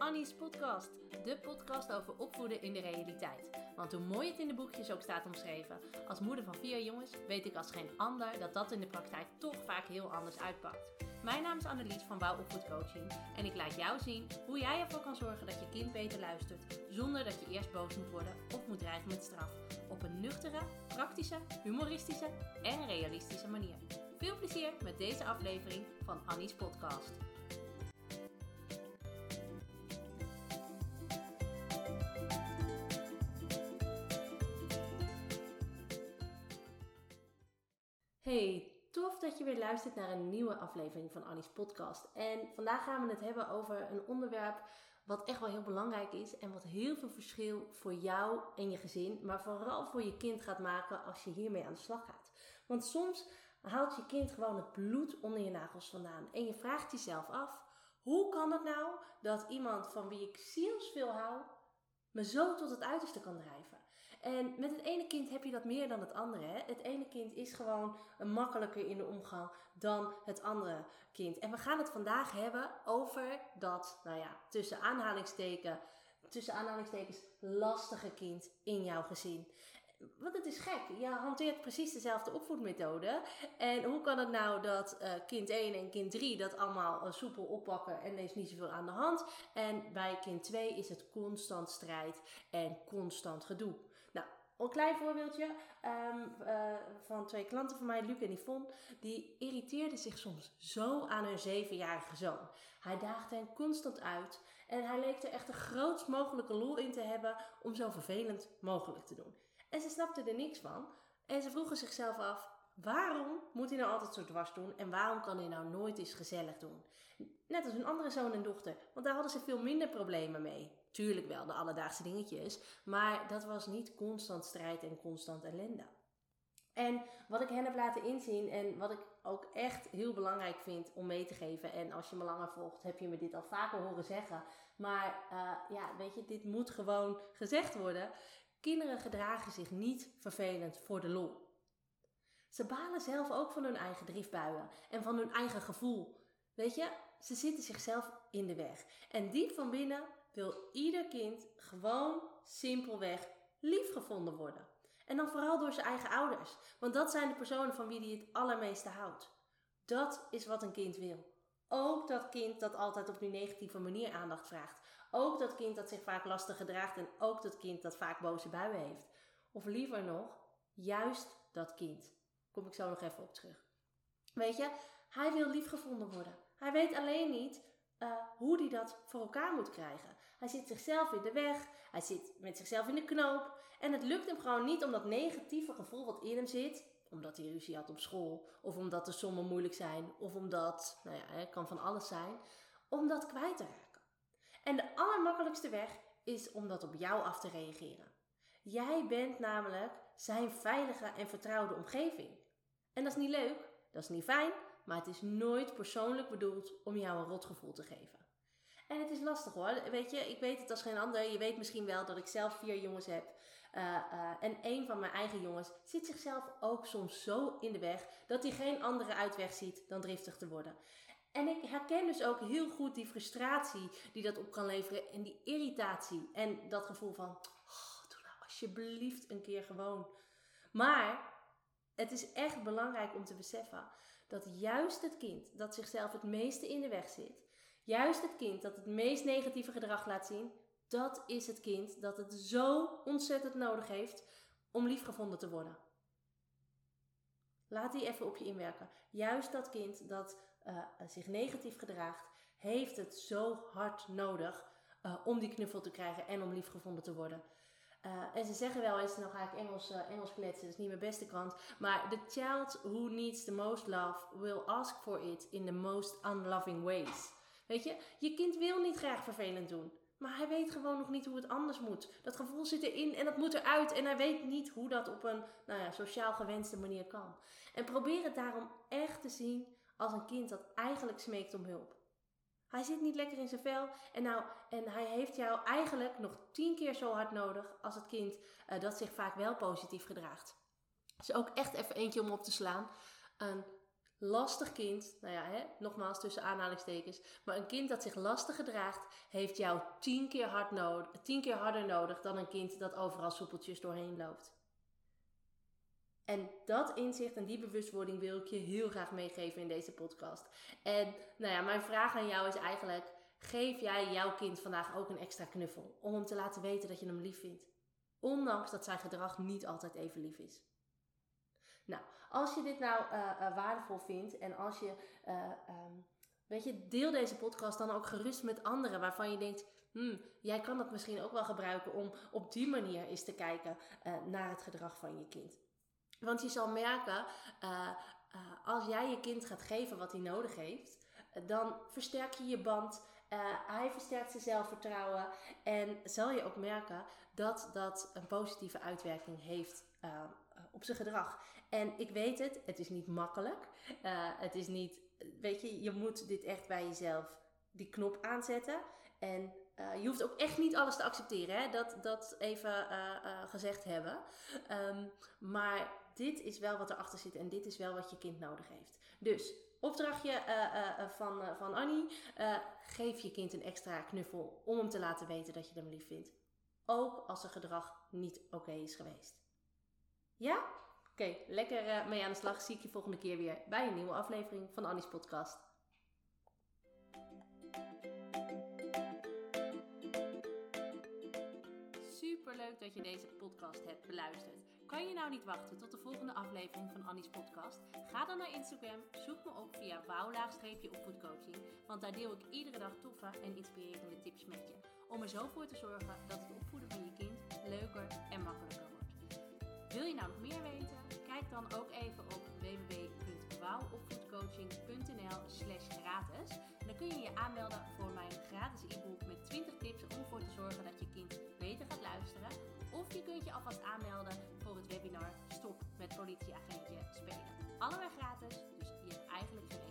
Annie's podcast. De podcast over opvoeden in de realiteit. Want hoe mooi het in de boekjes ook staat omschreven, als moeder van 4 jongens weet ik als geen ander dat in de praktijk toch vaak heel anders uitpakt. Mijn naam is Annelies van Wouw Opvoedcoaching en ik laat jou zien hoe jij ervoor kan zorgen dat je kind beter luistert, zonder dat je eerst boos moet worden of moet dreigen met straf. Op een nuchtere, praktische, humoristische en realistische manier. Veel plezier met deze aflevering van Annie's podcast. Hey, tof dat je weer luistert naar een nieuwe aflevering van Annie's podcast. En vandaag gaan we het hebben over een onderwerp wat echt wel heel belangrijk is en wat heel veel verschil voor jou en je gezin, maar vooral voor je kind gaat maken als je hiermee aan de slag gaat. Want soms haalt je kind gewoon het bloed onder je nagels vandaan en je vraagt jezelf af, hoe kan het nou dat iemand van wie ik zielsveel hou me zo tot het uiterste kan drijven? En met het ene kind heb je dat meer dan het andere. Hè? Het ene kind is gewoon makkelijker in de omgang dan het andere kind. En we gaan het vandaag hebben over dat, tussen aanhalingstekens lastige kind in jouw gezin. Want het is gek, je hanteert precies dezelfde opvoedmethode. En hoe kan het nou dat kind 1 en kind 3 dat allemaal soepel oppakken en er is niet zoveel aan de hand. En bij kind 2 is het constant strijd en constant gedoe. Nou, een klein voorbeeldje van 2 klanten van mij, Luc en Yvonne, die irriteerden zich soms zo aan hun 7-jarige zoon. Hij daagde hen constant uit en hij leek er echt de grootst mogelijke lol in te hebben om zo vervelend mogelijk te doen. En ze snapten er niks van en ze vroegen zichzelf af, waarom moet hij nou altijd zo dwars doen en waarom kan hij nou nooit eens gezellig doen? Net als hun andere zoon en dochter, want daar hadden ze veel minder problemen mee. Tuurlijk wel, de alledaagse dingetjes, maar dat was niet constant strijd en constant ellende. En wat ik hen heb laten inzien en wat ik ook echt heel belangrijk vind om mee te geven, en als je me langer volgt heb je me dit al vaker horen zeggen, maar dit moet gewoon gezegd worden. Kinderen gedragen zich niet vervelend voor de lol. Ze balen zelf ook van hun eigen driftbuien en van hun eigen gevoel. Weet je, ze zitten zichzelf in de weg. En diep van binnen wil ieder kind gewoon simpelweg liefgevonden worden. En dan vooral door zijn eigen ouders. Want dat zijn de personen van wie hij het allermeeste houdt. Dat is wat een kind wil. Ook dat kind dat altijd op die negatieve manier aandacht vraagt. Ook dat kind dat zich vaak lastig gedraagt en ook dat kind dat vaak boze buien heeft. Of liever nog, juist dat kind. Kom ik zo nog even op terug. Weet je, hij wil liefgevonden worden. Hij weet alleen niet hoe hij dat voor elkaar moet krijgen. Hij zit zichzelf in de weg, hij zit met zichzelf in de knoop. En het lukt hem gewoon niet om dat negatieve gevoel wat in hem zit, omdat hij ruzie had op school, of omdat de sommen moeilijk zijn, of omdat, het kan van alles zijn, om dat kwijt te raken. En de allermakkelijkste weg is om dat op jou af te reageren. Jij bent namelijk zijn veilige en vertrouwde omgeving. En dat is niet leuk, dat is niet fijn, maar het is nooit persoonlijk bedoeld om jou een rotgevoel te geven. En het is lastig hoor, weet je, ik weet het als geen ander. Je weet misschien wel dat ik zelf 4 jongens heb. En een van mijn eigen jongens zit zichzelf ook soms zo in de weg dat hij geen andere uitweg ziet dan driftig te worden. En ik herken dus ook heel goed die frustratie die dat op kan leveren en die irritatie en dat gevoel van, doe nou alsjeblieft een keer gewoon. Maar het is echt belangrijk om te beseffen dat juist het kind dat zichzelf het meeste in de weg zit, juist het kind dat het meest negatieve gedrag laat zien, dat is het kind dat het zo ontzettend nodig heeft om liefgevonden te worden. Laat die even op je inwerken. Juist dat kind dat zich negatief gedraagt, heeft het zo hard nodig om die knuffel te krijgen en om liefgevonden te worden. En ze zeggen wel eens, nou ga ik Engels kletsen, dat is niet mijn beste kant. Maar the child who needs the most love will ask for it in the most unloving ways. Weet je, je kind wil niet graag vervelend doen. Maar hij weet gewoon nog niet hoe het anders moet. Dat gevoel zit erin en dat moet eruit. En hij weet niet hoe dat op een sociaal gewenste manier kan. En probeer het daarom echt te zien als een kind dat eigenlijk smeekt om hulp. Hij zit niet lekker in zijn vel en hij heeft jou eigenlijk nog 10 keer zo hard nodig als het kind dat zich vaak wel positief gedraagt. Dus ook echt even eentje om op te slaan. Een lastig kind, nogmaals tussen aanhalingstekens, maar een kind dat zich lastig gedraagt, heeft jou 10 keer harder nodig dan een kind dat overal soepeltjes doorheen loopt. En dat inzicht en die bewustwording wil ik je heel graag meegeven in deze podcast. En mijn vraag aan jou is eigenlijk, geef jij jouw kind vandaag ook een extra knuffel om hem te laten weten dat je hem lief vindt? Ondanks dat zijn gedrag niet altijd even lief is. Nou, als je dit waardevol vindt en als je, deel deze podcast dan ook gerust met anderen waarvan je denkt, jij kan dat misschien ook wel gebruiken om op die manier eens te kijken naar het gedrag van je kind. Want je zal merken, als jij je kind gaat geven wat hij nodig heeft, dan versterk je je band, hij versterkt zijn zelfvertrouwen en zal je ook merken dat dat een positieve uitwerking heeft op zijn gedrag. En ik weet het is niet makkelijk. Het is niet, je moet dit echt bij jezelf die knop aanzetten. En je hoeft ook echt niet alles te accepteren, hè? Dat even gezegd hebben. Maar dit is wel wat erachter zit en dit is wel wat je kind nodig heeft. Dus opdrachtje van Annie. Geef je kind een extra knuffel om hem te laten weten dat je hem lief vindt. Ook als zijn gedrag niet oké is geweest. Ja? Oké, lekker mee aan de slag. Zie ik je volgende keer weer bij een nieuwe aflevering van Annie's podcast. Superleuk dat je deze podcast hebt beluisterd. Kan je nou niet wachten tot de volgende aflevering van Annie's podcast? Ga dan naar Instagram, zoek me op via wouw_opvoedcoaching, want daar deel ik iedere dag toffe en inspirerende tips met je. Om er zo voor te zorgen dat het opvoeden van je kind leuker en makkelijker wordt. Wil je nou nog meer weten? Kijk dan ook even op www.wouwopvoedcoaching.nl/gratis. Dan kun je je aanmelden voor mijn gratis e-book met 20 tips om ervoor te zorgen dat je kind beter gaat luisteren. Of je kunt je alvast aanmelden voor het webinar Stop met politieagentje spelen. Allebei gratis, dus je hebt eigenlijk geen